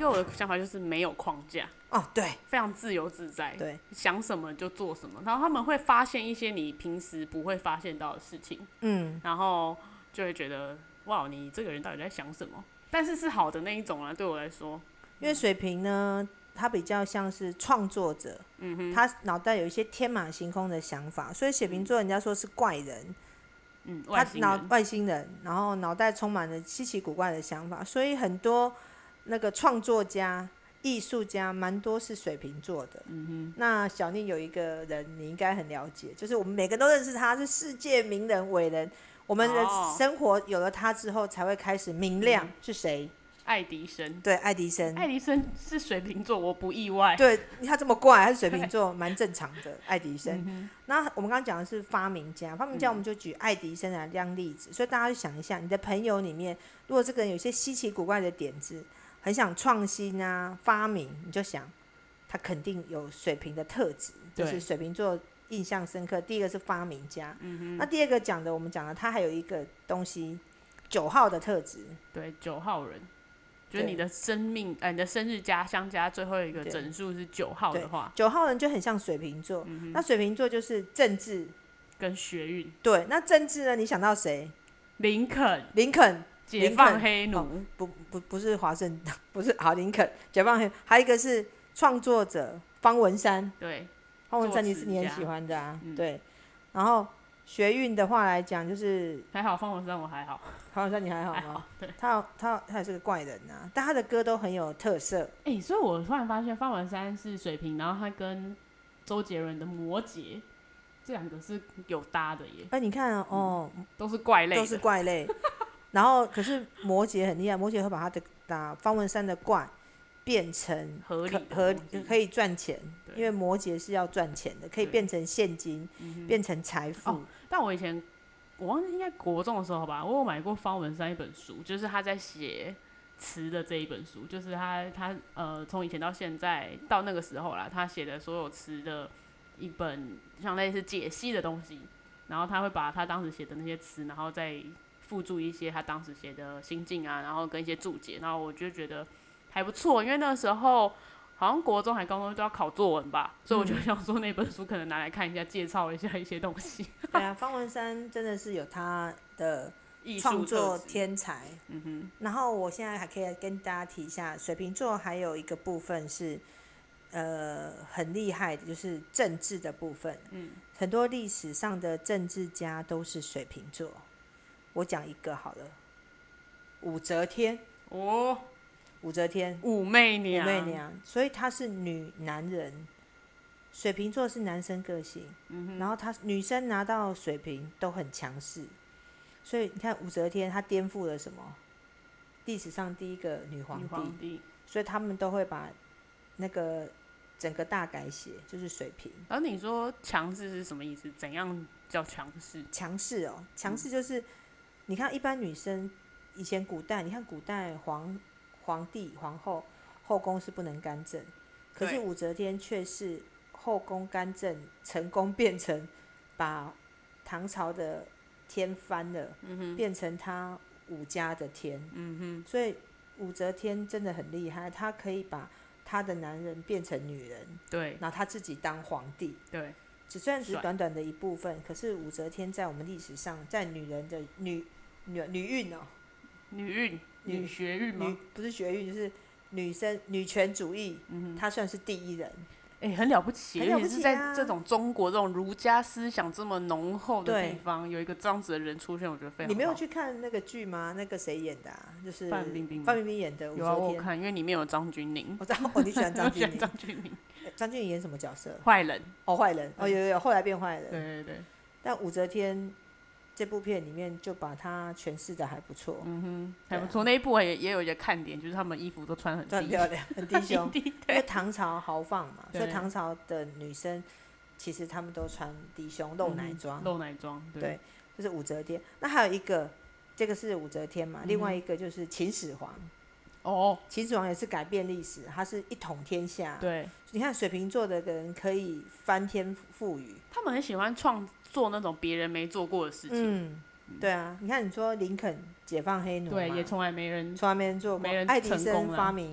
给我的想法就是没有框架。 哦，对， 非常自由自在， 对， 想什么就做什么，然后他们会发现一些你平时不会发现到的事情，然后就会觉得哇，你这个人到底在想什么？但是是好的那一种啊，对我来说， 因为水瓶呢，他比较像是创作者，他脑袋有一些天马行空的想法，所以水瓶座人家说是怪人，外星人，然后脑袋充满了稀奇古怪的想法，所以很多那个创作家、艺术家蛮多是水瓶座的。那小宁有一个人你应该很了解，就是我们每个人都认识他，是世界名人伟人。我们的生活有了他之后才会开始明亮，是谁？ 爱迪生。 对，爱迪生。 爱迪生是水瓶座，我不意外。 对，他这么怪，他是水瓶座，蛮正常的。爱迪生。那我们刚刚讲的是发明家，发明家我们就举爱迪生来当例子，所以大家就想一下，你的朋友里面，如果这个人有些稀奇古怪的点子，很想创新啊，发明，你就想他肯定有水瓶的特质，就是水瓶座印象深刻。第一个是发明家，那第二个我们讲的他还有一个东西，9号的特质。 对，9号人，就是你的生命，你的生日相加最后一个整数是9号的话 ，9号人就很像水瓶座。那水瓶座就是政治跟学运。 对，那政治呢？你想到谁？ 林肯。解放黑奴。 不是华盛顿，不是好林肯，解放黑奴。还有一个是创作者方文山。 对， 方文山你很喜欢的啊。对，然后学运的话来讲，就是还好，方文山我还好。 方文山你还好吗？ 还好，对， 他也是个怪人啊，但他的歌都很有特色。 所以我突然发现方文山是水瓶，然后他跟周杰伦的摩羯这两个是有搭的耶。 你看都是怪类， 都是怪类。然后可是摩羯很厉害，摩羯会把他的方文山的怪变成合理可以赚钱，因为摩羯是要赚钱的，可以变成现金，变成财富。 但我以前我忘记应该国中的时候吧，我有买过方文山一本书，就是他在写词的这一本书，就是他从以前到现在到那个时候啦，他写的所有词的一本像类似解析的东西，然后他会把他当时写的那些词，然后再附注一些他当时写的心境啊，然后跟一些注解，然后我就觉得还不错，因为那个时候好像国中还高中都要考作文吧，所以我就想说那本书可能拿来看一下，介绍一下一些东西。 对啊，方文山真的是有他的创作天才。然后我现在还可以跟大家提一下，水瓶座还有一个部分是很厉害的，就是政治的部分。很多历史上的政治家都是水瓶座。我讲一个好了，武则天。武则天，武媚娘，所以她是女男人。水瓶座是男生个性，然后女生拿到水瓶都很强势，所以你看武则天她颠覆了什么？历史上第一个女皇帝，所以他们都会把那个整个大改写，就是水瓶。 然后你说强势是什么意思？怎样叫强势？ 强势强势就是。你看，一般女生以前古代，你看古代皇帝、皇后后宫是不能干政，可是武则天却是后宫干政成功，变成把唐朝的天翻了，变成她武家的天。所以武则天真的很厉害，她可以把她的男人变成女人， 对， 然后她自己当皇帝， 对。 虽然只是短短的一部分，可是武则天在我们历史上，在女人的女运女学运吗？ 不是学运，就是女生女权主义，她算是第一人。 很了不起，尤其是在这种中国这种儒家思想这么浓厚的地方，有一个这样子的人出现，我觉得非常好。 你没有去看那个剧吗？那个谁演的啊？就是范冰冰演的武则天。 有我看，因为里面有张钧甯。 我知道你喜欢张钧甯。张钧甯演什么角色？ 坏人。 坏人。有，后来变坏人。对。 但武则天这部片里面就把她诠释的还不错。 还不错。那一部也有一个看点，就是他们衣服都穿很低， 很漂亮，很低胸。因为唐朝豪放嘛，所以唐朝的女生其实她们都穿低胸，露奶装。对，就是武则天。那还有一个，这个是武则天嘛，另外一个就是秦始皇。秦始皇也是改变历史，他是一统天下。 对， 你看水瓶座的人可以翻天覆雨， 他们很喜欢创作那种别人没做过的事情。 对啊，你看你说林肯解放黑奴嘛， 对，也从来没人做过。爱迪生发明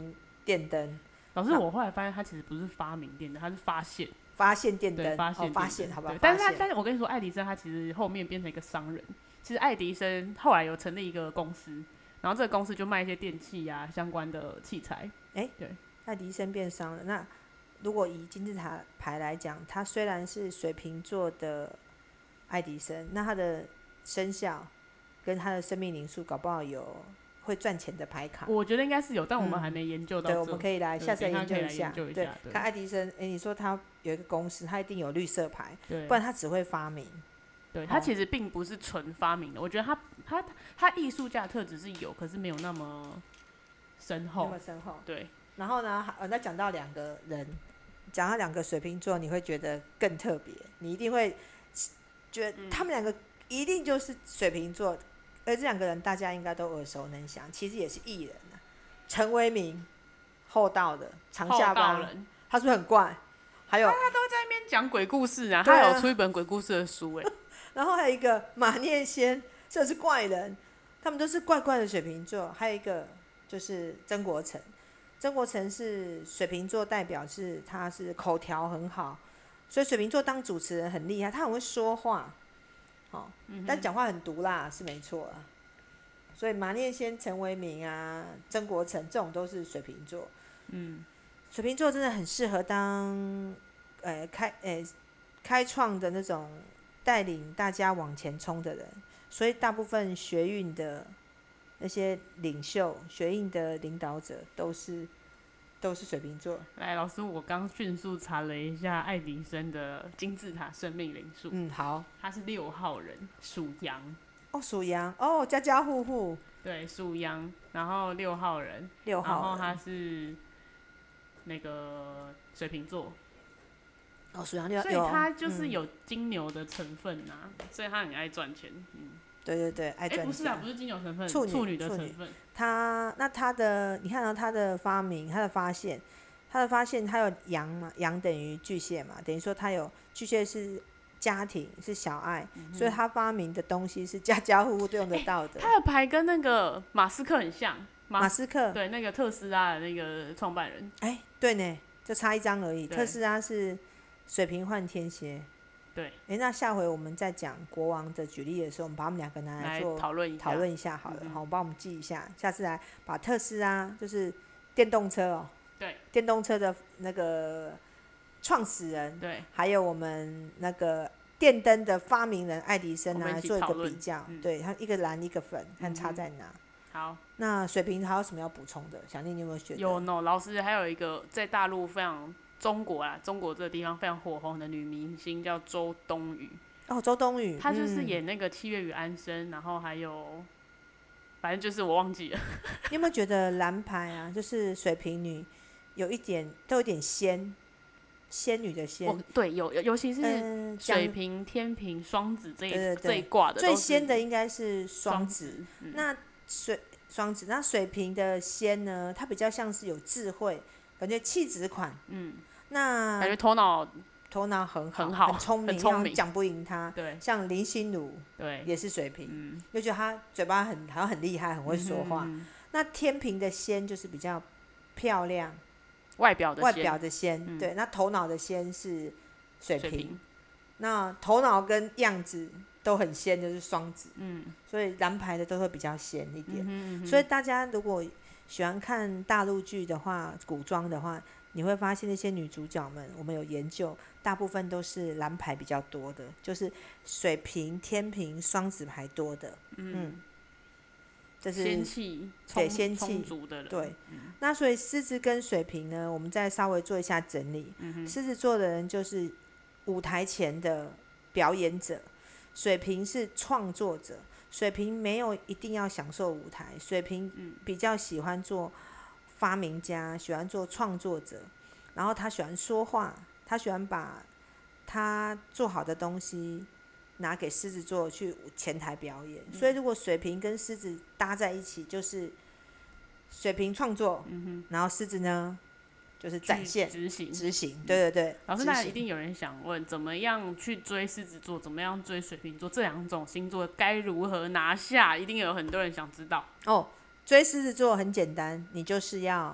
电灯。 老师，我后来发现他其实不是发明电灯，他是发现电灯，发现，好吧。 但是我跟你说，爱迪生他其实后面变成一个商人。其实爱迪生后来有成立一个公司，然后这个公司就卖一些电器啊相关的器材。对， 爱迪生变商人。那如果以金字塔牌来讲，他虽然是水瓶座的爱迪生，那他的生肖跟他的生命灵数搞不好有会赚钱的牌卡。 我觉得应该是有，但我们还没研究到。 对，我们可以下次来研究一下。 对， 看爱迪生，你说他有一个公司，他一定有绿色牌，不然他只会发明。 对，他其实并不是纯发明的，我觉得他艺术家的特质是有，可是没有那么深厚。对。 然后呢，再讲到两个人，讲到两个水瓶座，你会觉得更特别，你一定会觉得他们两个一定就是水瓶座，而这两个人大家应该都耳熟能详，其实也是艺人啊。陈为民，厚道的，长下巴，他是不是很怪？还有他都在那边讲鬼故事啊，他有出一本鬼故事的书然后还有一个马念先，这是怪人，他们都是怪怪的水瓶座。还有一个就是曾国城，曾国城是水瓶座代表，他是口条很好，所以水瓶座当主持人很厉害，他很会说话，但讲话很毒辣是没错啊。所以马念先、陈为民啊、曾国城这种都是水瓶座。水瓶座真的很适合当开创的那种带领大家往前冲的人，所以大部分学运的那些领袖、学运的领导者都是水瓶座。 来，老师，我刚迅速查了一下爱迪生的金字塔生命灵数。 好， 他是6号人，属羊。 属羊哦，家家户户。 对，属羊，然后6号人， 然后他是那个水瓶座。 属羊6， 所以他就是有金牛的成分啊，所以他很爱赚钱。 对，爱赚钱。 不是啊，不是金牛成分， 处女的成分。 他的，你看到他的发明，他的发现，他有羊嘛，羊等于巨蟹嘛，等于说他有巨蟹是家庭，是小爱，所以他发明的东西是家家户户都用得到的。 他的牌跟那个马斯克很像。 马斯克， 对，那个特斯拉的那个创办人。 对呢，就差一张而已。特斯拉是水瓶换天蝎。 对。 那下回我们再讲国王的举例的时候，我们把他们两个拿来做讨论一下好了。好，帮我们记一下，下次来把特斯拉就是电动车对， 电动车的那个创始人， 对， 还有我们那个电灯的发明人爱迪生来做一个比较。对，他一个蓝一个粉，看差在哪。 好， 那水瓶还有什么要补充的？小宁，你有没有觉得？ 有老师还有一个在大陆非常中国这个地方非常火红的女明星叫周冬雨。 周冬雨， 她就是演那个《七月与安生》，然后还有，反正就是我忘记了。 你有没有觉得蓝牌啊，就是水瓶女，都有点仙女的仙？ 对，尤其是水瓶、天秤、双子这一卦的， 最仙的应该是双子。那双子，那水瓶的仙呢？它比较像是有智慧，感觉气质款。那感觉头脑很好， 很聪明，讲不赢他。 对， 像林心如， 对， 也是水瓶，就觉得他嘴巴好像很厉害，很会说话。那天秤的仙就是比较漂亮， 外表的仙。对，那头脑的仙是水瓶。那头脑跟样子都很仙，就是双子。所以蓝牌的都会比较仙一点。所以大家如果喜欢看大陆剧的话，古装的话，你会发现那些女主角们，我们有研究，大部分都是蓝牌比较多的，就是水瓶、天秤、双子牌多的。这是仙气， 仙气充足的人。 对，那所以狮子跟水瓶呢，我们再稍微做一下整理。狮子座的人就是舞台前的表演者，水瓶是创作者。水瓶没有一定要享受舞台，水瓶比较喜欢做发明家，喜欢做创作者，然后他喜欢说话，他喜欢把他做好的东西拿给狮子座去前台表演。所以如果水瓶跟狮子搭在一起，就是水瓶创作，然后狮子呢就是展现执行。对。 老师，那一定有人想问，怎么样去追狮子座，怎么样追水瓶座，这两种星座该如何拿下？一定有很多人想知道。 追狮子座很简单，你就是要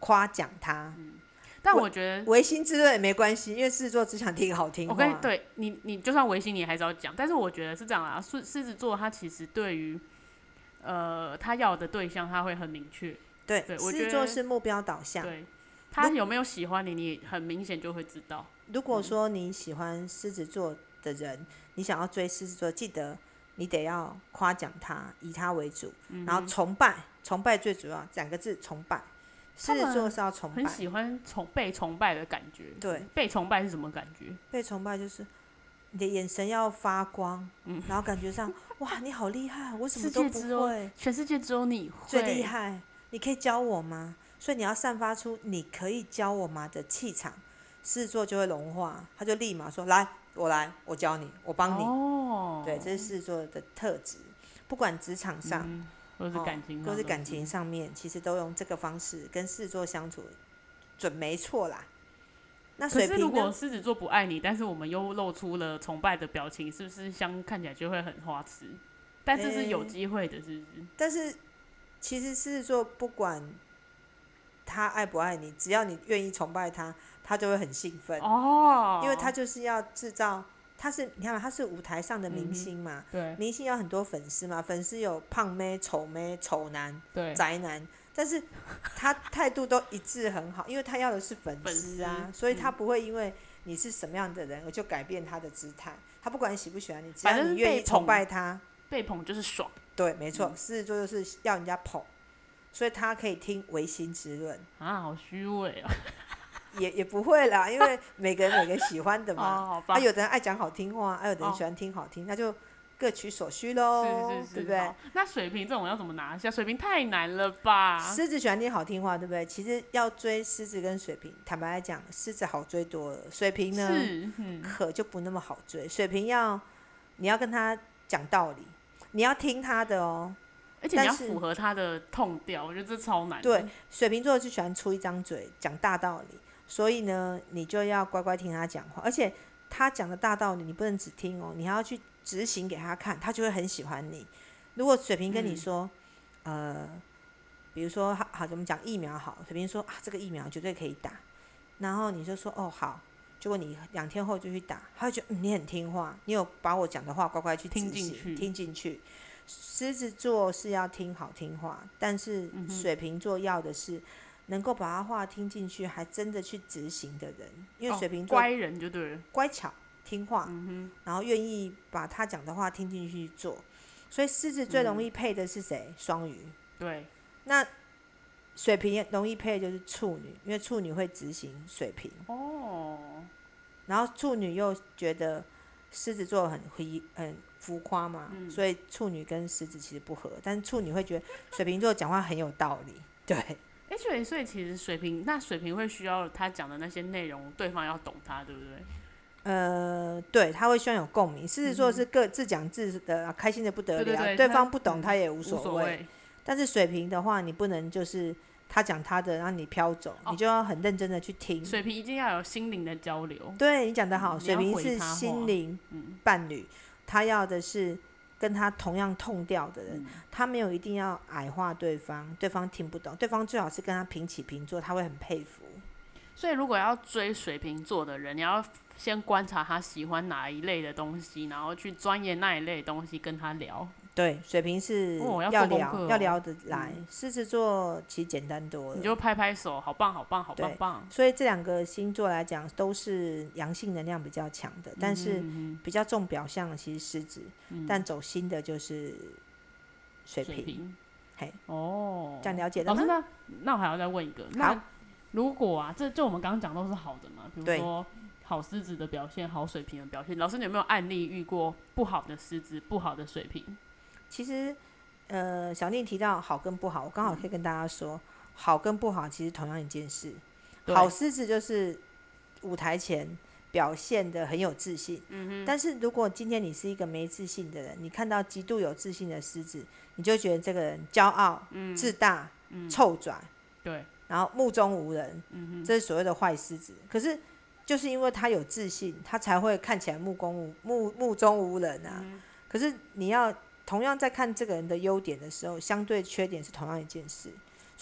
夸奖他。 但我觉得违心之论也没关系，因为狮子座只想听好听话。 对你就算违心，你还是要讲。但是我觉得是这样啊，狮子座他其实对于他要的对象他会很明确。 对，狮子座是目标导向。 对，他有没有喜欢你，你很明显就会知道。 如果说你喜欢狮子座的人，你想要追狮子座，记得你得要夸奖他，以他为主，然后崇拜最主要2个字，崇拜。狮子座是要崇拜， 很喜欢被崇拜的感觉。 对， 被崇拜是什么感觉？ 被崇拜就是你的眼神要发光，然后感觉上哇，你好厉害，我什么都不会， 全世界只有你会最厉害，你可以教我吗？所以你要散发出你可以教我吗的气场，狮子座就会融化，他就立马说来，我教你，我帮你。对，这是狮子座的特质，不管职场上。 或是感情上面，其实都用这个方式跟狮子座相处，准没错啦。那水瓶呢？ 可是如果狮子座不爱你，但是我们又露出了崇拜的表情，是不是看起来就会很花痴？但这是有机会的，是不是？ 但是其实狮子座不管他爱不爱你，只要你愿意崇拜他，他就会很兴奋因为他就是要制造。你看嘛，他是舞台上的明星嘛， 对， 明星有很多粉丝嘛，粉丝有胖妹、丑妹、丑男、宅男，但是他态度都一致很好，因为他要的是粉丝啊，所以他不会因为你是什么样的人而就改变他的姿态，他不管你喜不喜欢你，只要你愿意崇拜他， 被捧就是爽。 对，没错，狮子座就是要人家捧，所以他可以听唯心之论啊，好虚伪哦。 也不会啦，因为每个人喜欢的嘛。有的人爱讲好听话，有的人喜欢听好听，那就各取所需咯，对不对？ 那水瓶这种要怎么拿下？水瓶太难了吧？ 狮子喜欢听好听话，对不对？其实要追狮子跟水瓶，坦白来讲，狮子好追多了，水瓶呢，可就不那么好追。水瓶你要跟他讲道理，你要听他的哦。 而且你要符合他的痛调，我觉得这超难的。 对，水瓶座就喜欢出一张嘴讲大道理。所以呢，你就要乖乖听他讲话，而且他讲的大道理，你不能只听哦，你还要去执行给他看，他就会很喜欢你。如果水瓶跟你说，比如说好，我们讲疫苗好，水瓶说这个疫苗绝对可以打，然后你就说好，结果你2天后就去打，他会觉得你很听话，你有把我讲的话乖乖去执行听进去。狮子座是要听好听话，但是水瓶座要的是能够把他话听进去，还真的去执行的人，因为水瓶座乖人就对了， 乖巧听话，然后愿意把他讲的话听进去做。所以狮子最容易配的是谁？双鱼。 对。 那水瓶容易配的就是处女，因为处女会执行水瓶。然后处女又觉得狮子座很浮夸嘛，所以处女跟狮子其实不合，但是处女会觉得水瓶座讲话很有道理，对。 所以其实水瓶会需要他讲的那些内容，对方要懂他，对不对？ 对，他会希望有共鸣。狮子座是各自讲自的，开心的不得了，对方不懂他也无所谓。但是水瓶的话，你不能就是他讲他的，让你飘走，你就要很认真的去听。 水瓶一定要有心灵的交流。 对，你讲得好，水瓶是心灵伴侣，他要的是跟他同样痛调的人，他没有一定要矮化对方，对方听不懂，对方最好是跟他平起平坐，他会很佩服。 所以如果要追水瓶座的人，你要先观察他喜欢哪一类的东西，然后去钻研那一类的东西跟他聊。 对，水瓶是要聊，要聊得来。狮子座其实简单多了， 你就拍拍手，好棒好棒好棒棒。 所以这2个星座来讲，都是阳性能量比较强的，但是比较重表象的其实狮子，但走心的就是水瓶。嘿，这样了解的吗？ 老师，那我还要再问一个。那如果就我们刚刚讲都是好的嘛，比如说好狮子的表现，好水瓶的表现。老师，你有没有案例遇过不好的狮子，不好的水瓶？ 其实，小宁提到好跟不好，我刚好可以跟大家说，好跟不好其实同样一件事。好狮子就是舞台前表现得很有自信，但是如果今天你是一个没自信的人，你看到极度有自信的狮子，你就觉得这个人骄傲、自大、臭拽， 对， 然后目中无人，这是所谓的坏狮子。可是就是因为他有自信，他才会看起来目中无人啊。可是你要同样在看这个人的优点的时候，相对缺点是同样一件事。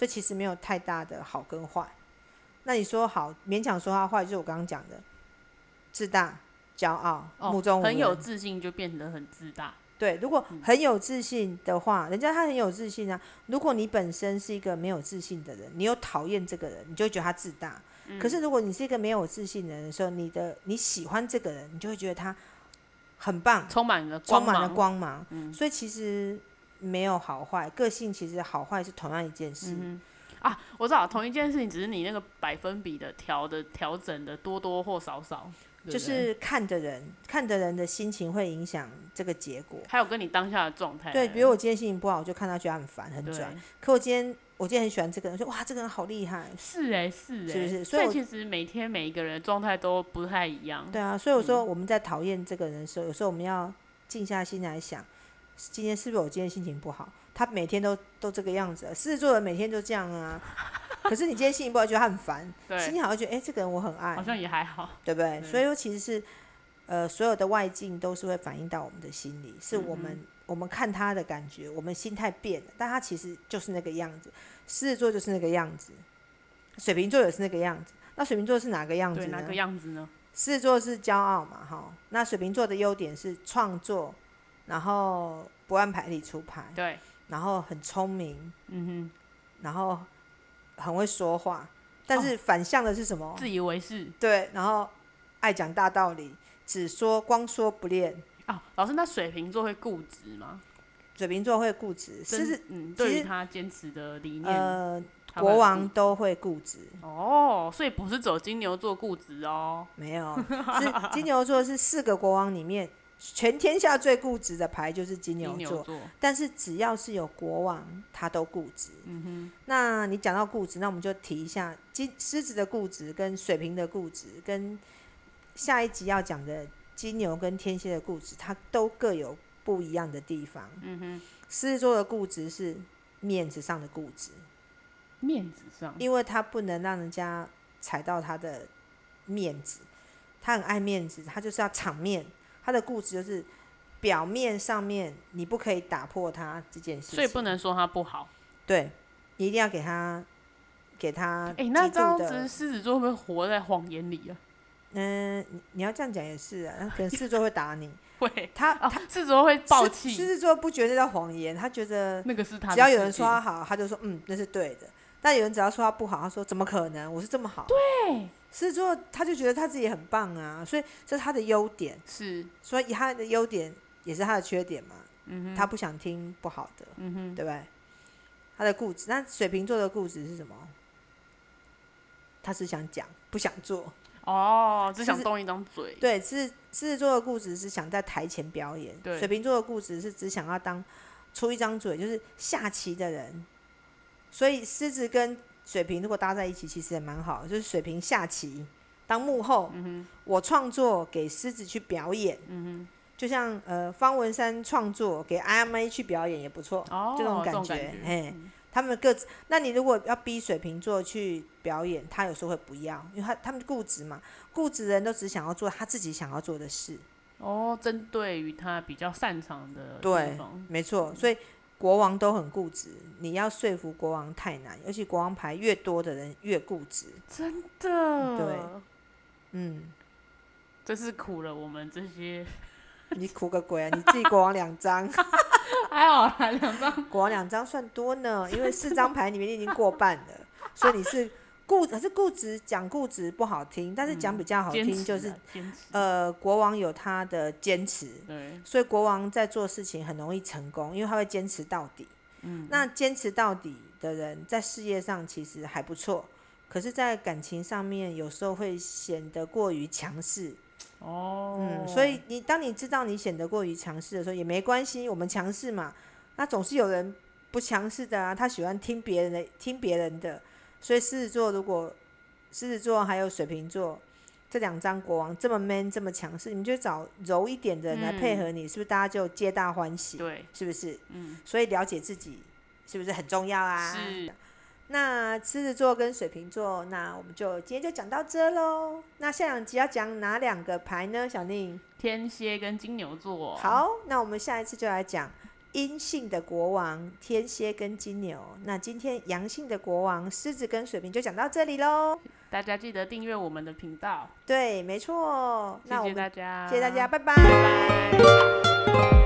所以其实没有太大的好跟坏。那你说好，勉强说他坏，就是我刚刚讲的自大、骄傲、目中无人， 很有自信就变得很自大。 对，如果很有自信的话，人家他很有自信啊。如果你本身是一个没有自信的人，你又讨厌这个人，你就会觉得他自大。可是如果你是一个没有自信的人的时候，你喜欢这个人，你就会觉得他很棒， 充满了光芒。所以其实没有好坏，个性其实好坏是同样一件事。 我知道同一件事情，只是你那个百分比的调整的多多或少少。 就是看的人的心情会影响这个结果， 还有跟你当下的状态。 对，比如我今天心情不好，我就看他觉得很烦很拽，可我今天很喜欢这个人，说哇这个人好厉害， 是不是？ 所以其实每天每一个人的状态都不太一样。 对啊，所以我说我们在讨厌这个人的时候，有时候我们要静下心来想，今天是不是我今天心情不好？他每天都这个样子，狮子座人每天都这样啊。可是你今天心情不好，觉得他很烦；心情好，就觉得这个人我很爱， 好像也还好， 对不对？所以说其实是所有的外境都是会反映到我们的心里，是我们看他的感觉，我们心态变了，但他其实就是那个样子。狮子座就是那个样子，水瓶座也是那个样子。那水瓶座是哪个样子呢？ 对，哪个样子呢？ 狮子座是骄傲嘛，哈。那水瓶座的优点是创作，然后不按牌理出牌， 对， 然后很聪明，然后很会说话，但是反向的是什么？ 自以为是。对， 然后爱讲大道理，光说不练。 老师，那水瓶座会固执吗？ 水瓶座会固执， 对于他坚持的理念， 国王都会固执。 所以不是走金牛座固执哦。 没有，是金牛座是4个国王里面。全天下最固执的牌就是金牛座，但是只要是有国王，他都固执。那你讲到固执，那我们就提一下狮子的固执、跟水瓶的固执，跟下一集要讲的金牛跟天蝎的固执，它都各有不一样的地方。狮子座的固执是面子上的固执， 面子上， 因为他不能让人家踩到他的面子，他很爱面子，他就是要场面。他的固执就是表面上面你不可以打破他这件事情， 所以不能说他不好。 对，你一定要给他那这样子狮子座会不会活在谎言里啊？ 你要这样讲也是啊，可能狮子座会打你。 会，他狮子座会爆气。狮子座不觉得叫谎言，他觉得那个是他的， 只要有人说他好，他就说那是对的。但有人只要说他不好，他说怎么可能？我是这么好。 对。 狮子座他就觉得他自己很棒啊，所以这是他的优点，所以他的优点也是他的缺点嘛。他不想听不好的，对不对？他的固执。那水瓶座的固执是什么？他是想讲不想做， 只想动一张嘴。 对，狮子座的固执是想在台前表演，水瓶座的固执是只想要出一张嘴，就是下棋的人。所以狮子跟水瓶如果搭在一起，其实也蛮好的，就是水瓶下棋当幕后，我创作给狮子去表演，就像方文山创作给 IMA 去表演也不错，这种感觉。他们各自，那你如果要逼水瓶座去表演，他有时候会不要，因为他们固执嘛，固执人都只想要做他自己想要做的事。 针对于他比较擅长的地方，对，没错，所以。国王都很固执，你要说服国王太难，尤其国王牌越多的人越固执， 真的。 对， 真是苦了我们这些。 你苦个鬼啊！你自己国王2张， 还好啦，2张。 国王2张算多呢，因为4张牌里面已经过半了，所以你是固执，讲固执不好听，但是讲比较好听就是国王有他的坚持，所以国王在做事情很容易成功，因为他会坚持到底。那坚持到底的人在事业上其实还不错，可是在感情上面有时候会显得过于强势。所以当你知道你显得过于强势的时候也没关系，我们强势嘛，那总是有人不强势的啊，他喜欢听别人的。所以狮子座还有水瓶座这2张国王这么 man 这么强势，你就找柔一点的人来配合你，是不是大家就皆大欢喜？ 对， 是不是？所以了解自己是不是很重要啊？ 是。 那狮子座跟水瓶座，那我们今天就讲到这咯。那下2集要讲哪2个牌呢？小宁？ 天蝎跟金牛座。 好，那我们下一次就来讲阴性的国王天蝎跟金牛，那今天阳性的国王狮子跟水瓶就讲到这里咯。 大家记得订阅我们的频道。 对，没错。 谢谢大家， 谢谢大家，拜拜。 拜拜。